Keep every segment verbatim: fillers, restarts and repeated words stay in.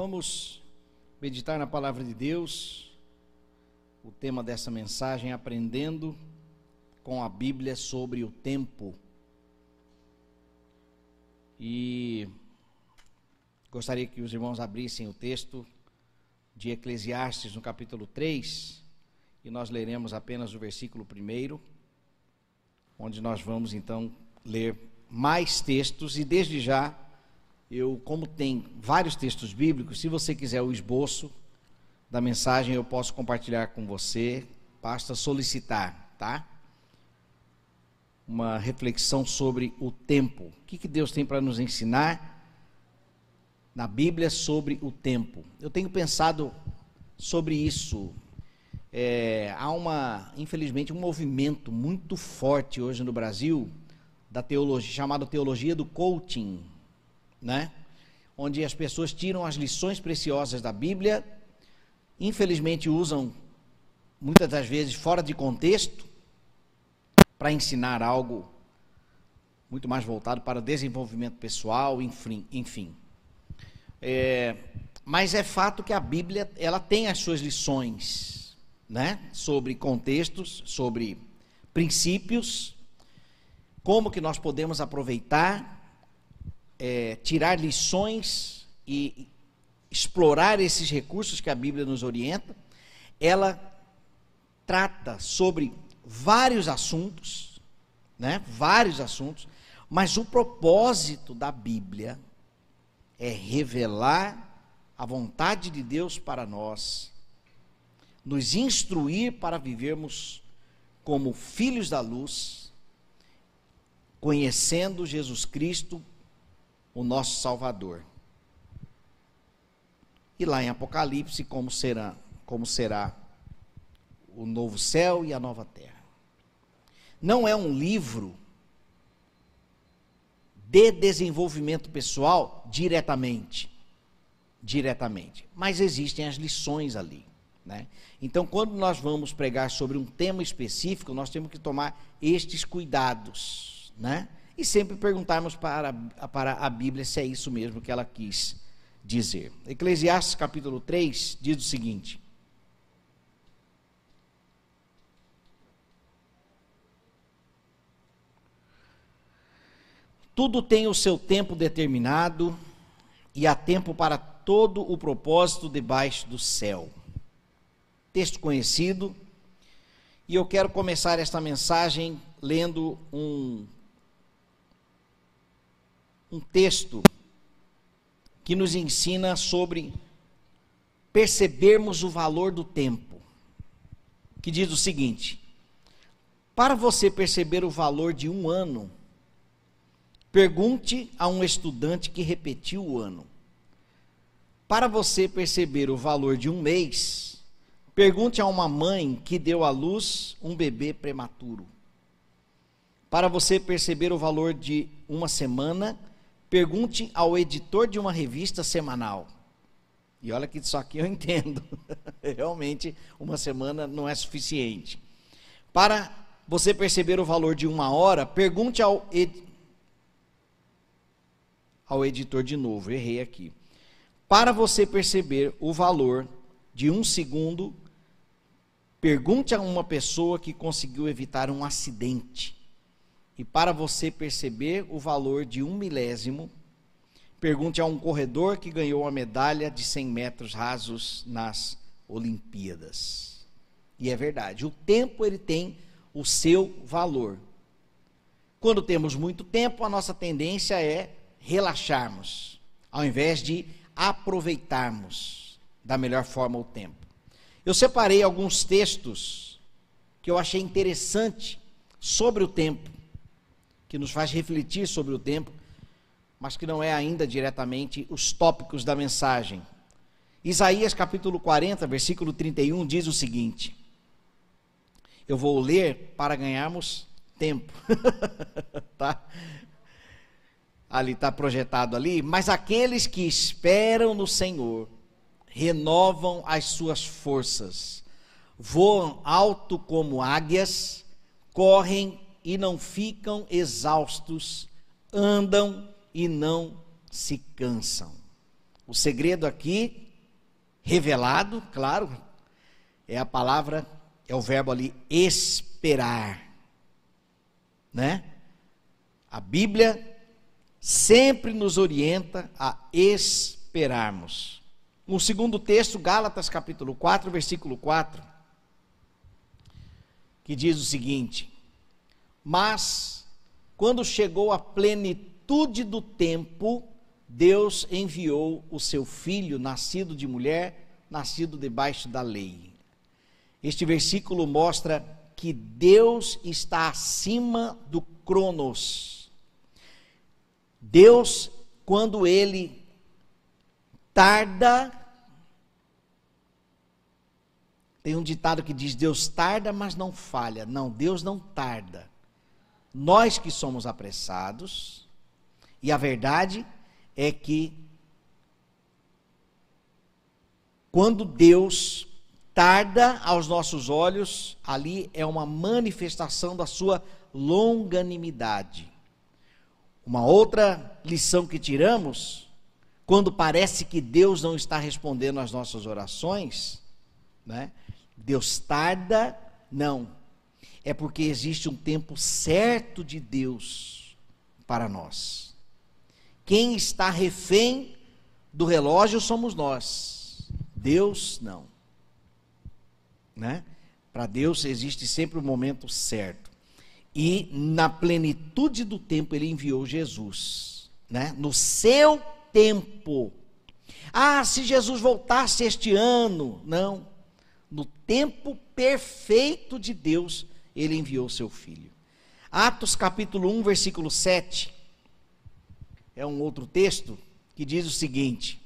Vamos meditar na palavra de Deus. O tema dessa mensagem é aprendendo com a Bíblia sobre o tempo. E gostaria que os irmãos abrissem o texto de Eclesiastes no capítulo três, e nós leremos apenas o versículo primeiro, onde nós vamos então ler mais textos. E desde já, eu, como tem vários textos bíblicos, se você quiser o esboço da mensagem, eu posso compartilhar com você, basta solicitar, tá? Uma reflexão sobre o tempo. O que, que Deus tem para nos ensinar na Bíblia sobre o tempo? Eu tenho pensado sobre isso. É, há uma, infelizmente, um movimento muito forte hoje no Brasil da teologia, chamada teologia do coaching, né? Onde as pessoas tiram as lições preciosas da Bíblia, infelizmente usam muitas das vezes fora de contexto para ensinar algo muito mais voltado para o desenvolvimento pessoal, enfim. enfim. É, mas é fato que a Bíblia ela tem as suas lições, né? Sobre contextos, sobre princípios, como que nós podemos aproveitar, é, tirar lições e explorar esses recursos que a Bíblia nos orienta. Ela trata sobre vários assuntos, né? Vários assuntos, mas o propósito da Bíblia é revelar a vontade de Deus para nós, nos instruir para vivermos como filhos da luz, conhecendo Jesus Cristo, o nosso Salvador. E lá em Apocalipse, como será, como será o novo céu e a nova terra. Não é um livro de desenvolvimento pessoal diretamente, diretamente, mas existem as lições ali, né? Então, quando nós vamos pregar sobre um tema específico, nós temos que tomar estes cuidados, né? E sempre perguntarmos para, para a Bíblia se é isso mesmo que ela quis dizer. Eclesiastes capítulo três diz o seguinte: tudo tem o seu tempo determinado, e há tempo para todo o propósito debaixo do céu. Texto conhecido, e eu quero começar esta mensagem lendo um, um texto que nos ensina sobre percebermos o valor do tempo, que diz o seguinte: para você perceber o valor de um ano, pergunte a um estudante que repetiu o ano. Para você perceber o valor de um mês, pergunte a uma mãe que deu à luz um bebê prematuro. Para você perceber o valor de uma semana, pergunte ao editor de uma revista semanal. E olha que isso aqui eu entendo. Realmente, uma semana não é suficiente. Para você perceber o valor de uma hora, pergunte ao editor. Ao editor de novo, errei aqui. Para você perceber o valor de um segundo, pergunte a uma pessoa que conseguiu evitar um acidente. E para você perceber o valor de um milésimo, pergunte a um corredor que ganhou a medalha de cem metros rasos nas Olimpíadas. E é verdade, o tempo ele tem o seu valor. Quando temos muito tempo, a nossa tendência é relaxarmos, ao invés de aproveitarmos da melhor forma o tempo. Eu separei alguns textos que eu achei interessante sobre o tempo, que nos faz refletir sobre o tempo, mas que não é ainda diretamente os tópicos da mensagem. Isaías capítulo quarenta, versículo trinta e um, diz o seguinte, eu vou ler para ganharmos tempo, tá? Ali está projetado ali, mas aqueles que esperam no Senhor renovam as suas forças, voam alto como águias, correm e não ficam exaustos, andam e não se cansam. O segredo aqui, revelado, claro, é a palavra, é o verbo ali, esperar, né? A Bíblia sempre nos orienta a esperarmos. Um segundo texto, Gálatas capítulo quatro, versículo quatro, que diz o seguinte: mas quando chegou a plenitude do tempo, Deus enviou o seu filho, nascido de mulher, nascido debaixo da lei. Este versículo mostra que Deus está acima do cronos. Deus, quando ele tarda, tem um ditado que diz: Deus tarda, mas não falha. Não, Deus não tarda. Nós que somos apressados, e a verdade é que quando Deus tarda aos nossos olhos, ali é uma manifestação da sua longanimidade. Uma outra lição que tiramos, quando parece que Deus não está respondendo às nossas orações, né? Deus tarda, não. É porque existe um tempo certo de Deus para nós. Quem está refém do relógio somos nós. Deus não. Né? Para Deus existe sempre o momento certo. E na plenitude do tempo ele enviou Jesus, né? No seu tempo. Ah, se Jesus voltasse este ano, não. No tempo perfeito de Deus, ele enviou seu filho. Atos capítulo um, versículo sete, é um outro texto que diz o seguinte,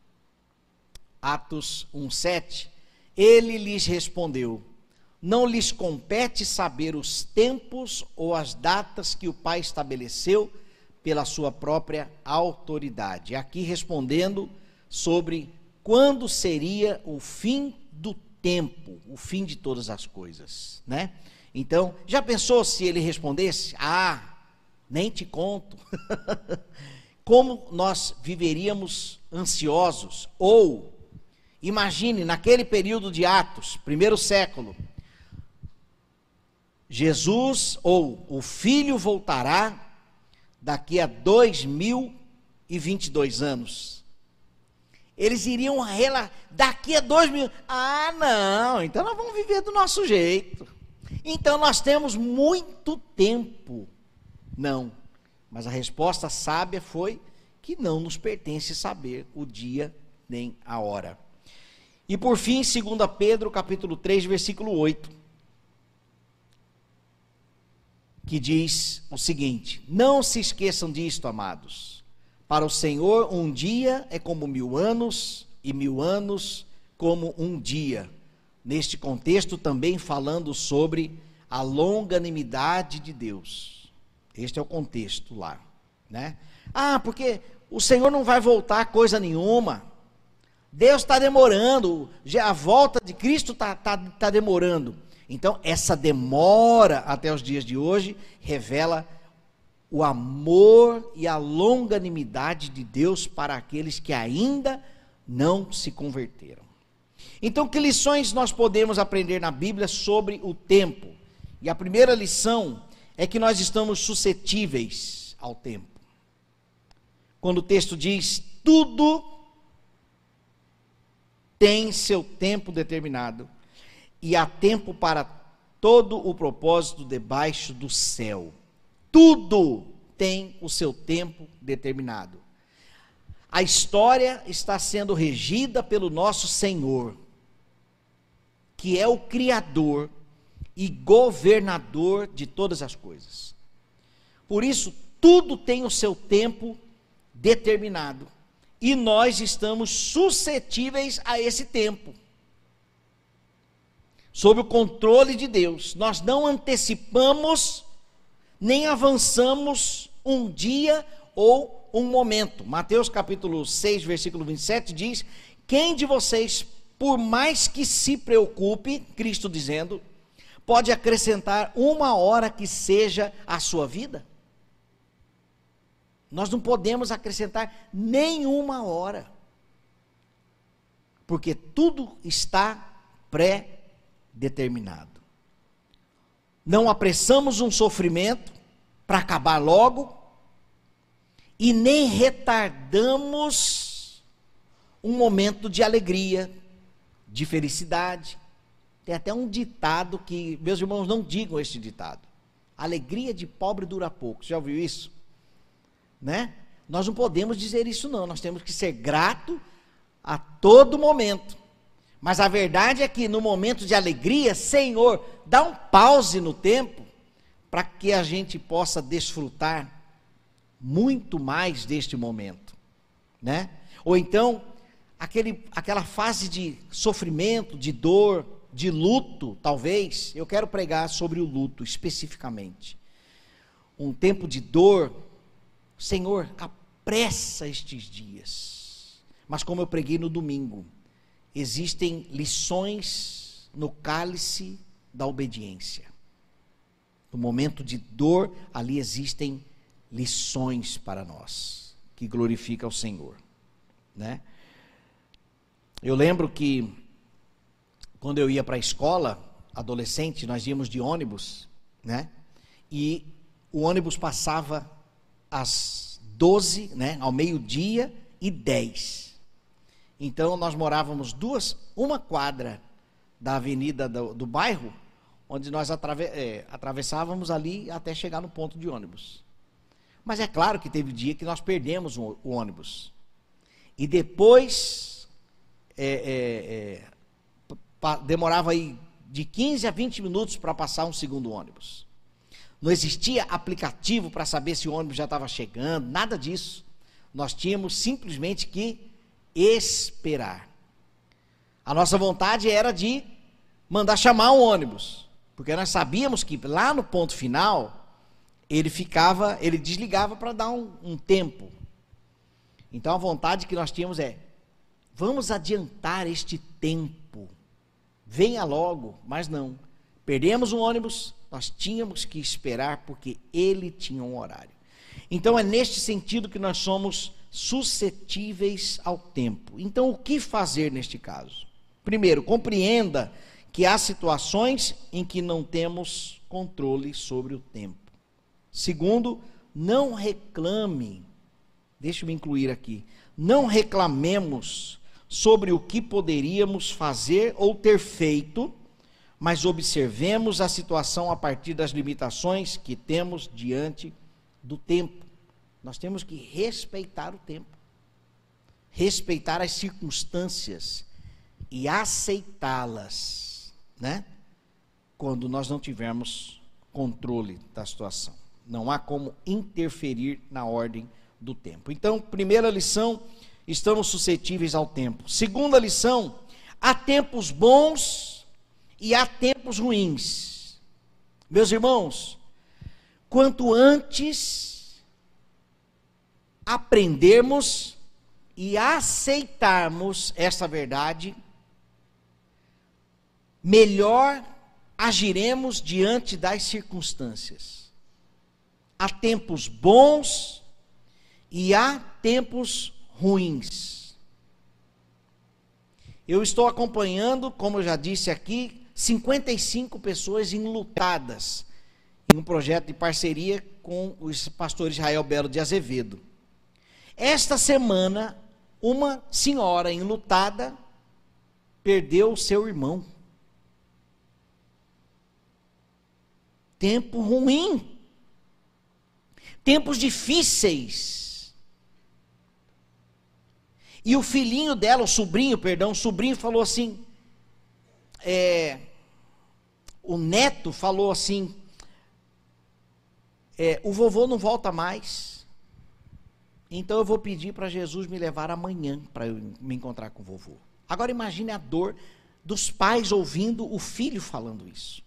Atos um, sete, ele lhes respondeu: não lhes compete saber os tempos ou as datas que o Pai estabeleceu pela sua própria autoridade. Aqui respondendo sobre quando seria o fim do tempo, o fim de todas as coisas, né? Então, já pensou se ele respondesse? Ah, nem te conto. Como nós viveríamos ansiosos? Ou, imagine, naquele período de Atos, primeiro século, Jesus, ou o Filho voltará daqui a dois mil e vinte e dois anos. Eles iriam relatar, daqui a dois mil, ah não, então nós vamos viver do nosso jeito. Então nós temos muito tempo. Não, mas a resposta sábia foi que não nos pertence saber o dia nem a hora. E por fim, segunda Pedro capítulo três, versículo oito, que diz o seguinte: não se esqueçam disto, amados, para o Senhor um dia é como mil anos, e mil anos como um dia. Neste contexto também falando sobre a longanimidade de Deus. Este é o contexto lá, né? Ah, porque o Senhor não vai voltar coisa nenhuma, Deus está demorando, a volta de Cristo está tá, tá demorando. Então, essa demora até os dias de hoje revela o amor e a longanimidade de Deus para aqueles que ainda não se converteram. Então, que lições nós podemos aprender na Bíblia sobre o tempo? E a primeira lição é que nós estamos suscetíveis ao tempo. Quando o texto diz, tudo tem seu tempo determinado, e há tempo para todo o propósito debaixo do céu. Tudo tem o seu tempo determinado. A história está sendo regida pelo nosso Senhor, que é o Criador e governador de todas as coisas. Por isso, tudo tem o seu tempo determinado, e nós estamos suscetíveis a esse tempo. Sob o controle de Deus, nós não antecipamos, nem avançamos um dia ou um momento. Mateus capítulo seis, versículo vinte e sete diz, quem de vocês, por mais que se preocupe, Cristo dizendo, pode acrescentar uma hora que seja a sua vida? Nós não podemos acrescentar nenhuma hora. porque tudo está pré-determinado. Não apressamos um sofrimento para acabar logo, e nem retardamos um momento de alegria, de felicidade. Tem até um ditado que, meus irmãos, não digam este ditado: alegria de pobre dura pouco. Você já ouviu isso? Né? Nós não podemos dizer isso não, nós temos que ser grato a todo momento. Mas a verdade é que no momento de alegria, Senhor, dá um pause no tempo, para que a gente possa desfrutar muito mais deste momento, né? Ou então, aquele, aquela fase de sofrimento, de dor, de luto, talvez, eu quero pregar sobre o luto especificamente. Um tempo de dor, Senhor, apressa estes dias. Mas como eu preguei no domingo, existem lições no cálice da obediência. No momento de dor, ali existem lições para nós, que glorifica o Senhor, né? Eu lembro que, quando eu ia para a escola, adolescente, nós íamos de ônibus, né? E o ônibus passava às doze, né? Ao meio-dia e dez. Então, nós morávamos duas, uma quadra da avenida do, do bairro, onde nós atrave, é, atravessávamos ali até chegar no ponto de ônibus. Mas é claro que teve dia que nós perdemos o, o ônibus. E depois, é, é, é, pa, demorava aí de quinze a vinte minutos para passar um segundo ônibus. Não existia aplicativo para saber se o ônibus já estava chegando, nada disso. Nós tínhamos simplesmente que esperar. A nossa vontade era de mandar chamar um ônibus, porque nós sabíamos que lá no ponto final, ele ficava, ele desligava para dar um, um tempo. Então a vontade que nós tínhamos é, vamos adiantar este tempo, venha logo, mas não. Perdemos um ônibus, nós tínhamos que esperar, porque ele tinha um horário. Então é neste sentido que nós somos suscetíveis ao tempo. Então o que fazer neste caso? Primeiro, compreenda que há situações em que não temos controle sobre o tempo. Segundo, não reclame, deixa eu me incluir aqui, não reclamemos sobre o que poderíamos fazer ou ter feito, mas observemos a situação a partir das limitações que temos diante do tempo. Nós temos que respeitar o tempo, respeitar as circunstâncias e aceitá-las, né? Quando nós não tivermos controle da situação. Não há como interferir na ordem do tempo. Então, primeira lição, estamos suscetíveis ao tempo. Segunda lição, há tempos bons e há tempos ruins. Meus irmãos, quanto antes aprendermos e aceitarmos essa verdade, melhor agiremos diante das circunstâncias. Há tempos bons e há tempos ruins. Eu estou acompanhando, como eu já disse aqui, cinquenta e cinco pessoas enlutadas em um projeto de parceria com o pastor Israel Belo de Azevedo. Esta semana, uma senhora enlutada perdeu o seu irmão. Tempo ruim. Tempos difíceis. E o filhinho dela, o sobrinho, perdão, o sobrinho falou assim, é, o neto falou assim, é, o vovô não volta mais, então eu vou pedir para Jesus me levar amanhã para eu me encontrar com o vovô. Agora imagine a dor dos pais ouvindo o filho falando isso,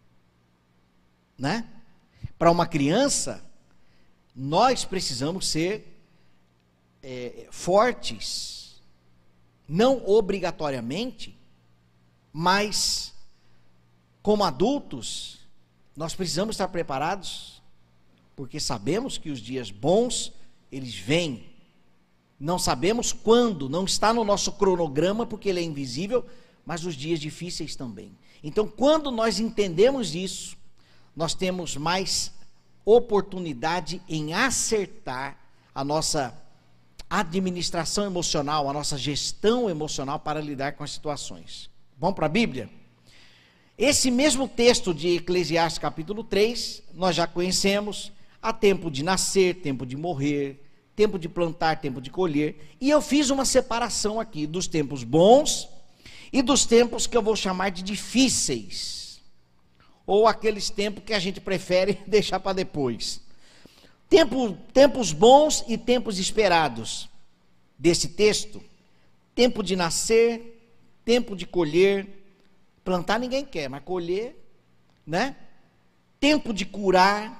né? Para uma criança, nós precisamos ser é, fortes, não obrigatoriamente, mas como adultos, nós precisamos estar preparados, porque sabemos que os dias bons, eles vêm, Não sabemos quando, não está no nosso cronograma, porque ele é invisível, mas os dias difíceis também. Então, quando nós entendemos isso, nós temos mais oportunidade em acertar a nossa administração emocional, a nossa gestão emocional para lidar com as situações. Vamos para a Bíblia? Esse mesmo texto de Eclesiastes capítulo três, nós já conhecemos. Há tempo de nascer, tempo de morrer, tempo de plantar, tempo de colher. E eu fiz uma separação aqui dos tempos bons e dos tempos que eu vou chamar de difíceis, ou aqueles tempos que a gente prefere deixar para depois. Tempo, tempos bons e tempos esperados desse texto. Tempo de nascer, tempo de colher. Plantar ninguém quer, mas colher, né? Tempo de curar.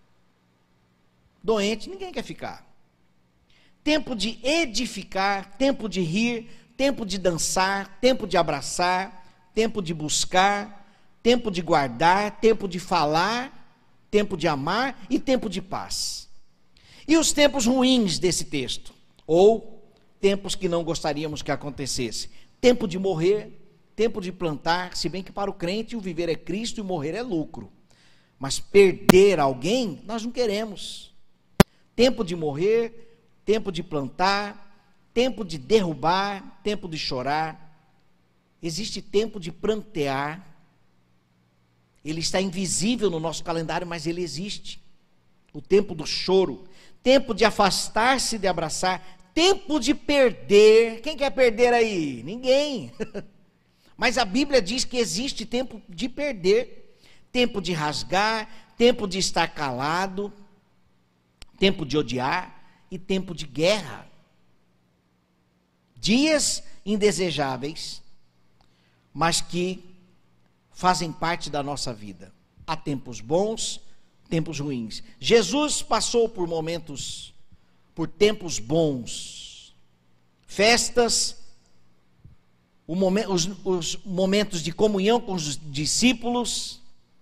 Doente ninguém quer ficar. Tempo de edificar, tempo de rir, tempo de dançar, tempo de abraçar, tempo de buscar, tempo de guardar, tempo de falar, tempo de amar e tempo de paz. E os tempos ruins desse texto, ou tempos que não gostaríamos que acontecesse. Tempo de morrer, tempo de plantar, se bem que para o crente o viver é Cristo e o morrer é lucro. Mas perder alguém, nós não queremos. Tempo de morrer, tempo de plantar, tempo de derrubar, tempo de chorar. Existe tempo de prantear. Ele está invisível no nosso calendário, mas ele existe. O tempo do choro, tempo de afastar-se de abraçar, tempo de perder. Quem quer perder aí? Ninguém. Mas a Bíblia diz que existe tempo de perder, tempo de rasgar, tempo de estar calado, tempo de odiar e tempo de guerra. Dias indesejáveis, mas que fazem parte da nossa vida. Há tempos bons, tempos ruins. Jesus passou por momentos, por tempos bons, festas, o momen- os, os momentos de comunhão com os discípulos,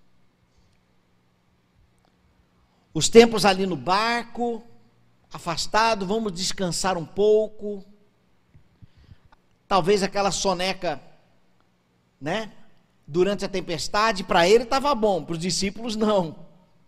os tempos ali no barco, afastado, vamos descansar um pouco, talvez aquela soneca, né, durante a tempestade, para ele estava bom, para os discípulos não.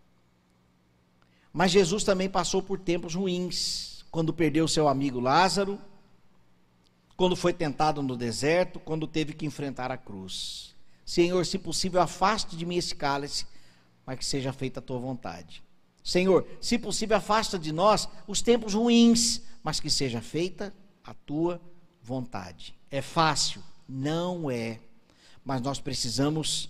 Mas Jesus também passou por tempos ruins, quando perdeu seu amigo Lázaro, quando foi tentado no deserto, quando teve que enfrentar a cruz. Senhor, se possível, afaste de mim esse cálice, mas que seja feita a tua vontade. Senhor, se possível, afasta de nós os tempos ruins, mas que seja feita a tua vontade. É fácil? Não é. Mas nós precisamos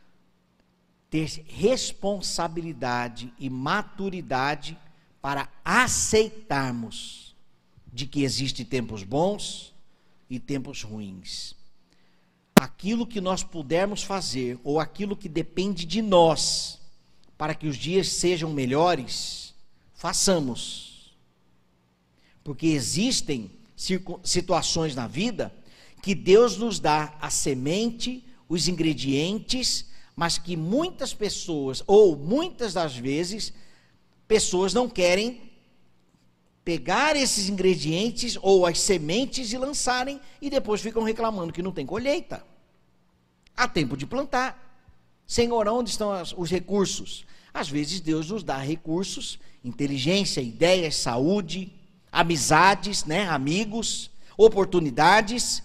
ter responsabilidade e maturidade para aceitarmos de que existem tempos bons e tempos ruins. Aquilo que nós pudermos fazer, ou aquilo que depende de nós, para que os dias sejam melhores, façamos. Porque existem situações na vida que Deus nos dá a semente, os ingredientes, mas que muitas pessoas, ou muitas das vezes, pessoas não querem pegar esses ingredientes ou as sementes e lançarem, e depois ficam reclamando que não tem colheita. Há tempo de plantar. Senhor, onde estão os recursos? Às vezes Deus nos dá recursos, inteligência, ideias, saúde, amizades, né, amigos, oportunidades,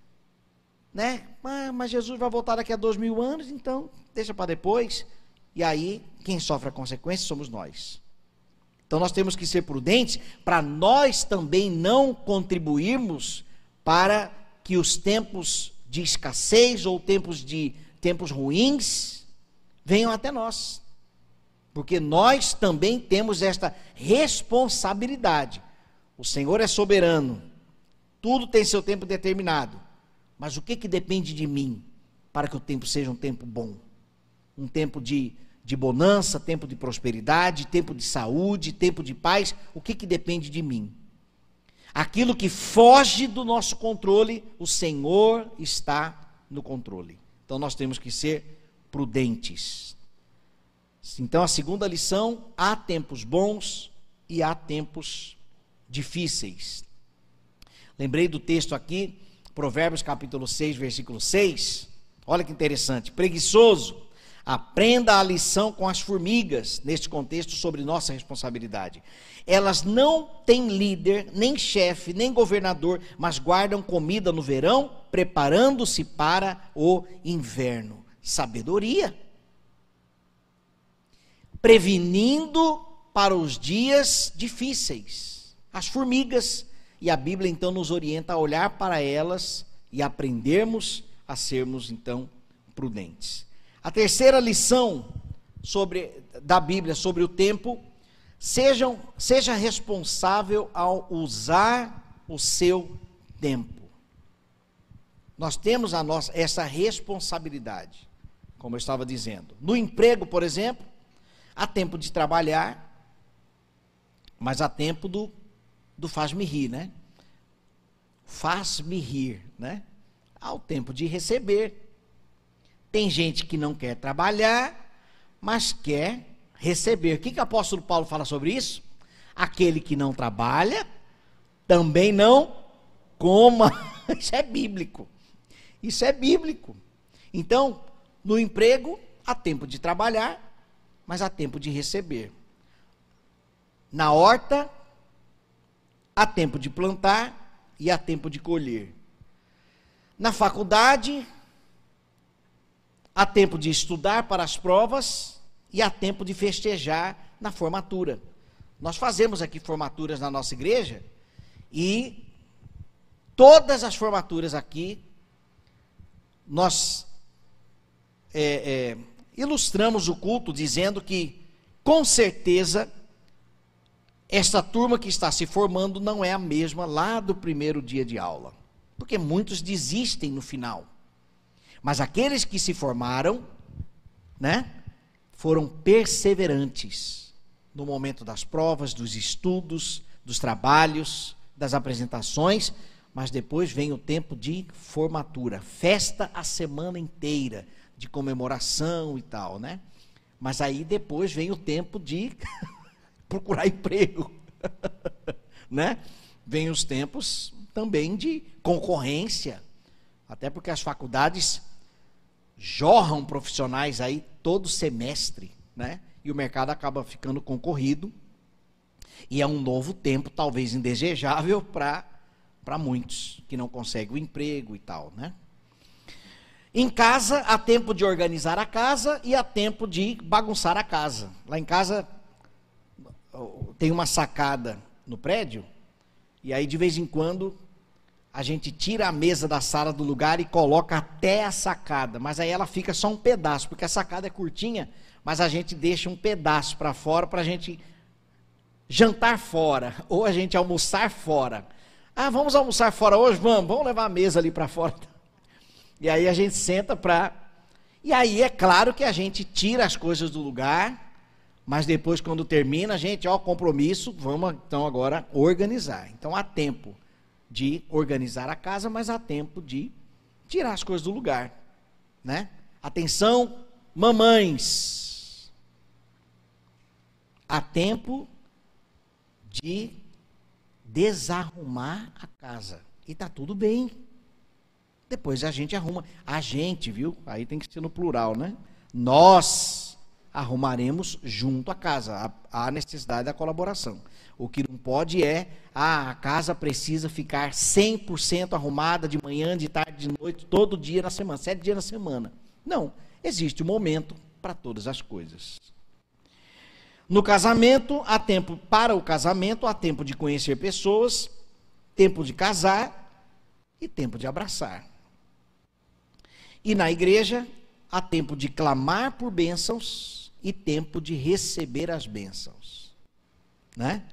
né? Ah, mas Jesus vai voltar daqui a dois mil anos, então deixa para depois. E aí, quem sofre a consequência somos nós. Então nós temos que ser prudentes para nós também não contribuirmos para que os tempos de escassez ou tempos de tempos ruins venham até nós. Porque nós também temos esta responsabilidade. O Senhor é soberano. Tudo tem seu tempo determinado. Mas o que que depende de mim para que o tempo seja um tempo bom? Um tempo de, de bonança, tempo de prosperidade, tempo de saúde, tempo de paz. O que que depende de mim? Aquilo que foge do nosso controle, o Senhor está no controle. Então nós temos que ser prudentes. Então a segunda lição, há tempos bons e há tempos difíceis. Lembrei do texto aqui, Provérbios capítulo seis, versículo seis. Olha que interessante. Preguiçoso, aprenda a lição com as formigas, neste contexto sobre nossa responsabilidade. Elas não têm líder, nem chefe, nem governador, mas guardam comida no verão, preparando-se para o inverno. Sabedoria. Prevenindo para os dias difíceis. As formigas, e a Bíblia então nos orienta a olhar para elas e aprendermos a sermos então prudentes. A terceira lição sobre, da Bíblia sobre o tempo, sejam, seja responsável ao usar o seu tempo. Nós temos a nossa, essa responsabilidade, como eu estava dizendo. No emprego, por exemplo, há tempo de trabalhar, mas há tempo do, do faz-me rir, né? Faz-me rir, né? Há o tempo de receber. Tem gente que não quer trabalhar, mas quer receber. O que, que o apóstolo Paulo fala sobre isso? Aquele que não trabalha, também não coma. Isso é bíblico. Isso é bíblico. Então, no emprego, há tempo de trabalhar, mas há tempo de receber. Na horta, há tempo de plantar e há tempo de colher. Na faculdade, há tempo de estudar para as provas e há tempo de festejar na formatura. Nós fazemos aqui formaturas na nossa igreja e todas as formaturas aqui, nós é, é, ilustramos o culto dizendo que, com certeza, esta turma que está se formando não é a mesma lá do primeiro dia de aula, porque muitos desistem no final. Mas aqueles que se formaram, né, foram perseverantes no momento das provas, dos estudos, dos trabalhos, das apresentações, mas depois vem o tempo de formatura, festa a semana inteira, de comemoração e tal, né? Mas aí depois vem o tempo de procurar emprego, né? Vem os tempos também de concorrência, até porque as faculdades jorram profissionais aí todo semestre, né? E o mercado acaba ficando concorrido, e é um novo tempo, talvez indesejável para para muitos que não conseguem o emprego e tal, né? Em casa, há tempo de organizar a casa e há tempo de bagunçar a casa. Lá em casa tem uma sacada no prédio, e aí de vez em quando a gente tira a mesa da sala do lugar e coloca até a sacada, mas aí ela fica só um pedaço, porque a sacada é curtinha, mas a gente deixa um pedaço para fora para a gente jantar fora, ou a gente almoçar fora. Ah, vamos almoçar fora hoje? Vamos, vamos levar a mesa ali para fora. E aí a gente senta para... E aí é claro que a gente tira as coisas do lugar, mas depois quando termina, a gente, ó, compromisso, vamos então agora organizar. Então há tempo de organizar a casa, mas há tempo de tirar as coisas do lugar, né? Atenção, mamães. Há tempo de desarrumar a casa. E está tudo bem. Depois a gente arruma. A gente, viu? Aí tem que ser no plural, né? Nós arrumaremos junto a casa. Há necessidade da colaboração. O que não pode é, ah, a casa precisa ficar cem por cento arrumada de manhã, de tarde, de noite, todo dia na semana, sete dias na semana. Não. Existe um momento para todas as coisas. No casamento, há tempo para o casamento, há tempo de conhecer pessoas, tempo de casar e tempo de abraçar. E na igreja, há tempo de clamar por bênçãos e tempo de receber as bênçãos. Né?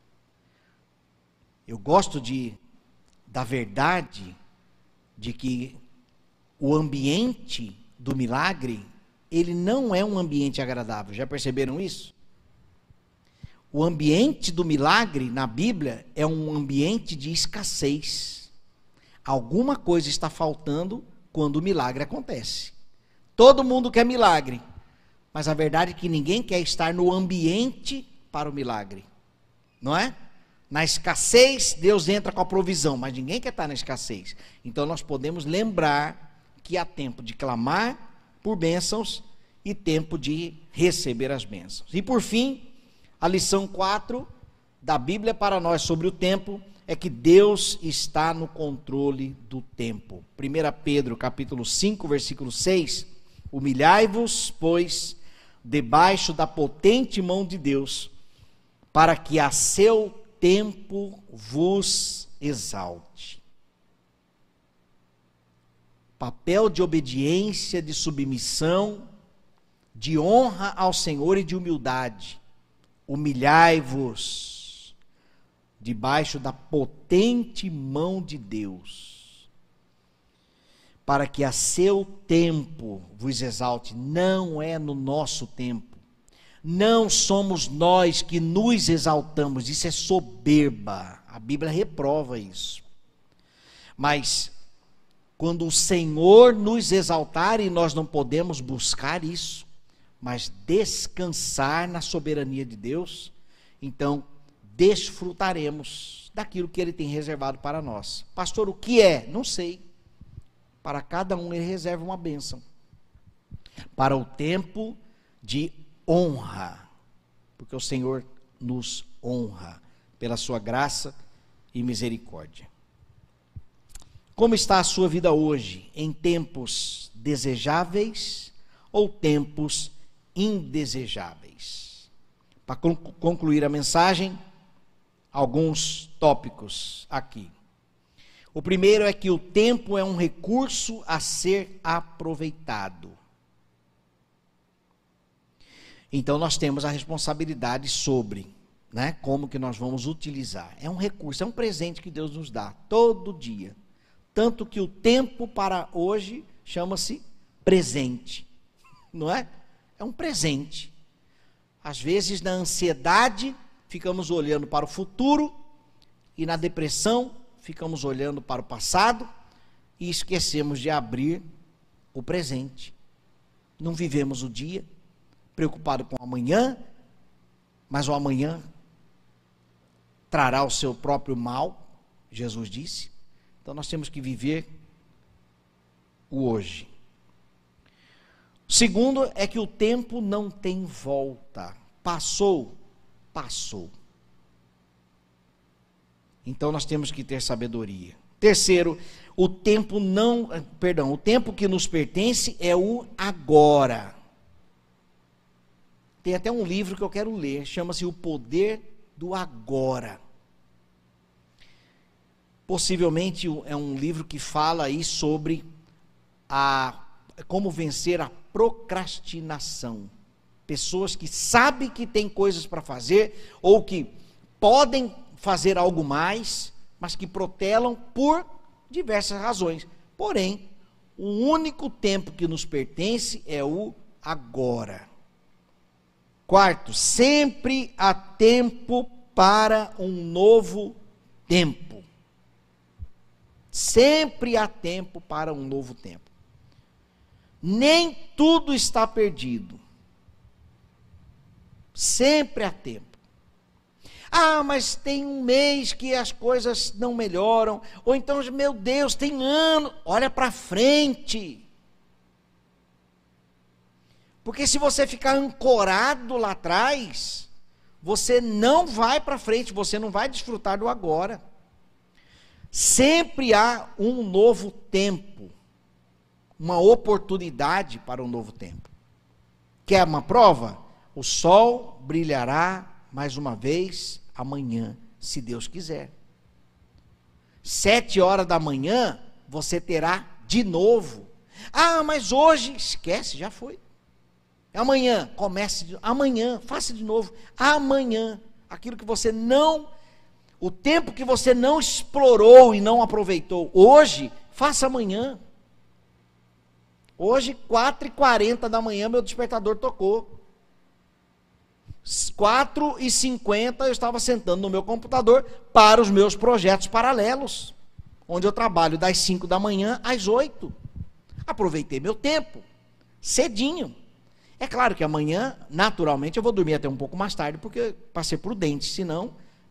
Eu gosto de, da verdade de que o ambiente do milagre, ele não é um ambiente agradável. Já perceberam isso? O ambiente do milagre na Bíblia é um ambiente de escassez. Alguma coisa está faltando quando o milagre acontece. Todo mundo quer milagre, mas a verdade é que ninguém quer estar no ambiente para o milagre, não é? Na escassez, Deus entra com a provisão, mas ninguém quer estar na escassez. Então nós podemos lembrar que há tempo de clamar por bênçãos e tempo de receber as bênçãos. E por fim, a lição quatro da Bíblia para nós sobre o tempo é que Deus está no controle do tempo. primeira Pedro capítulo cinco, versículo seis, humilhai-vos, pois, debaixo da potente mão de Deus, para que a seu tempo vos exalte. Papel de obediência, de submissão, de honra ao Senhor e de humildade. Humilhai-vos debaixo da potente mão de Deus, para que a seu tempo vos exalte. Não é no nosso tempo. Não somos nós que nos exaltamos. Isso é soberba. A Bíblia reprova isso. Mas quando o Senhor nos exaltar, e nós não podemos buscar isso, mas descansar na soberania de Deus, então desfrutaremos daquilo que Ele tem reservado para nós. Pastor, o que é? Não sei. Para cada um Ele reserva uma bênção. Para o tempo de honra, porque o Senhor nos honra pela sua graça e misericórdia. Como está a sua vida hoje? Em tempos desejáveis ou tempos indesejáveis? Para concluir a mensagem, alguns tópicos aqui. O primeiro é que o tempo é um recurso a ser aproveitado. Então nós temos a responsabilidade sobre, né, como que nós vamos utilizar. É um recurso, é um presente que Deus nos dá todo dia. Tanto que o tempo para hoje chama-se presente, não é? É um presente. Às vezes na ansiedade ficamos olhando para o futuro e na depressão ficamos olhando para o passado e esquecemos de abrir o presente. Não vivemos o dia, preocupado com o amanhã, mas o amanhã trará o seu próprio mal, Jesus disse. Então nós temos que viver o hoje. O segundo é que o tempo não tem volta. Passou, passou. Então nós temos que ter sabedoria. Terceiro, o tempo não, perdão, o tempo que nos pertence é o agora. Tem até um livro que eu quero ler, chama-se O Poder do Agora. Possivelmente é um livro que fala aí sobre a, como vencer a procrastinação. Pessoas que sabem que tem coisas para fazer, ou que podem fazer algo mais, mas que protelam por diversas razões. Porém, o único tempo que nos pertence é o agora. Quarto, sempre há tempo para um novo tempo. Sempre há tempo para um novo tempo. Nem tudo está perdido. Sempre há tempo. Ah, mas tem um mês que as coisas não melhoram. Ou então, meu Deus, tem ano. Olha para frente. Porque se você ficar ancorado lá atrás, você não vai para frente, você não vai desfrutar do agora. Sempre há um novo tempo, uma oportunidade para um novo tempo. Quer uma prova? O sol brilhará mais uma vez amanhã, se Deus quiser. Sete horas da manhã, você terá de novo. Ah, mas hoje, esquece, já foi. Amanhã, comece, de, amanhã, faça de novo. Amanhã, aquilo que você não... O tempo que você não explorou e não aproveitou hoje, faça amanhã. Hoje, quatro e quarenta da manhã, meu despertador tocou. quatro e cinquenta eu estava sentando no meu computador para os meus projetos paralelos, onde eu trabalho das cinco da manhã às oito. Aproveitei meu tempo, cedinho. É claro que amanhã, naturalmente, eu vou dormir até um pouco mais tarde, porque para ser prudente, senão...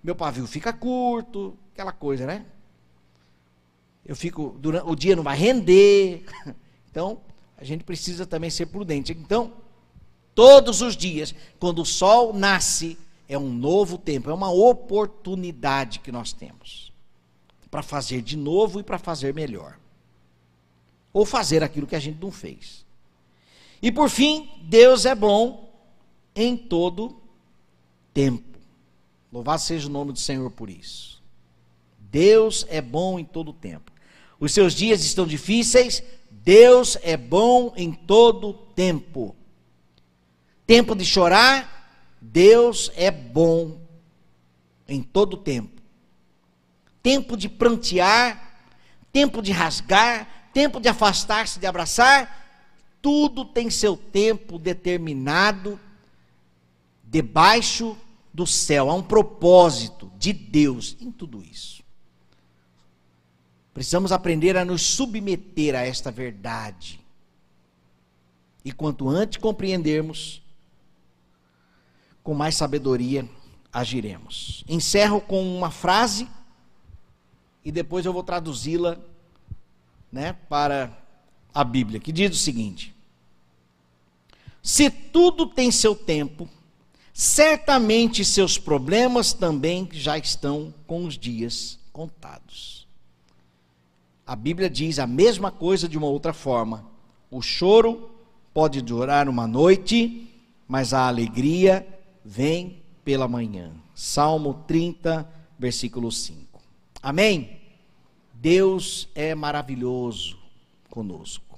meu pavio fica curto, aquela coisa, né? Eu fico, durante, o dia não vai render. Então, a gente precisa também ser prudente. Então, todos os dias, quando o sol nasce, é um novo tempo, é uma oportunidade que nós temos para fazer de novo e para fazer melhor. Ou fazer aquilo que a gente não fez. E por fim, Deus é bom em todo tempo. Louvado seja o nome do Senhor por isso. Deus é bom em todo tempo. Os seus dias estão difíceis, Deus é bom em todo tempo. Tempo de chorar, Deus é bom em todo tempo. Tempo de prantear, tempo de rasgar, tempo de afastar-se, de abraçar, tudo tem seu tempo determinado debaixo do céu. Há um propósito de Deus em tudo isso. Precisamos aprender a nos submeter a esta verdade. E quanto antes compreendermos, com mais sabedoria agiremos. Encerro com uma frase e depois eu vou traduzi-la, né, para a Bíblia, que diz o seguinte: se tudo tem seu tempo, certamente seus problemas também já estão com os dias contados. A Bíblia diz a mesma coisa de uma outra forma. O choro pode durar uma noite, mas a alegria vem pela manhã. Salmo trinta, versículo cinco. Amém? Deus é maravilhoso conosco.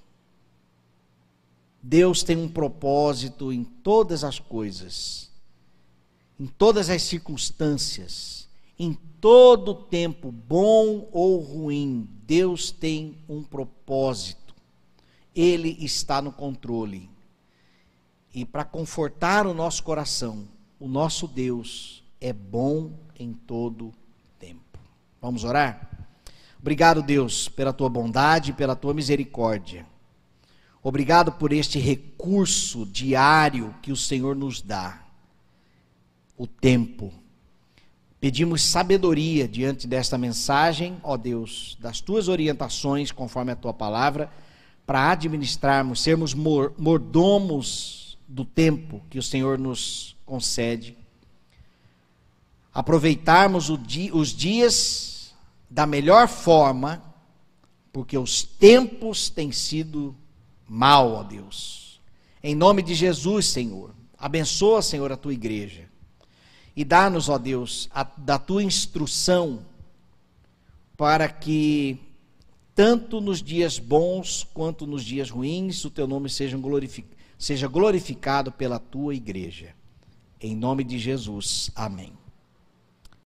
Deus tem um propósito em todas as coisas, em todas as circunstâncias, em todo tempo, bom ou ruim. Deus tem um propósito. Ele está no controle. E para confortar o nosso coração, o nosso Deus é bom em todo tempo. Vamos orar? Obrigado, Deus, pela tua bondade, pela tua misericórdia. Obrigado por este recurso diário que o Senhor nos dá, o tempo. Pedimos sabedoria diante desta mensagem, ó Deus, das tuas orientações, conforme a tua palavra, para administrarmos, sermos mordomos do tempo que o Senhor nos concede, aproveitarmos o dia, os dias da melhor forma, porque os tempos têm sido mal, ó Deus. Em nome de Jesus, Senhor, abençoa, Senhor, a tua igreja. E dá-nos, ó Deus, a, da tua instrução, para que, tanto nos dias bons, quanto nos dias ruins, o teu nome seja glorificado, seja glorificado pela tua igreja. Em nome de Jesus, amém.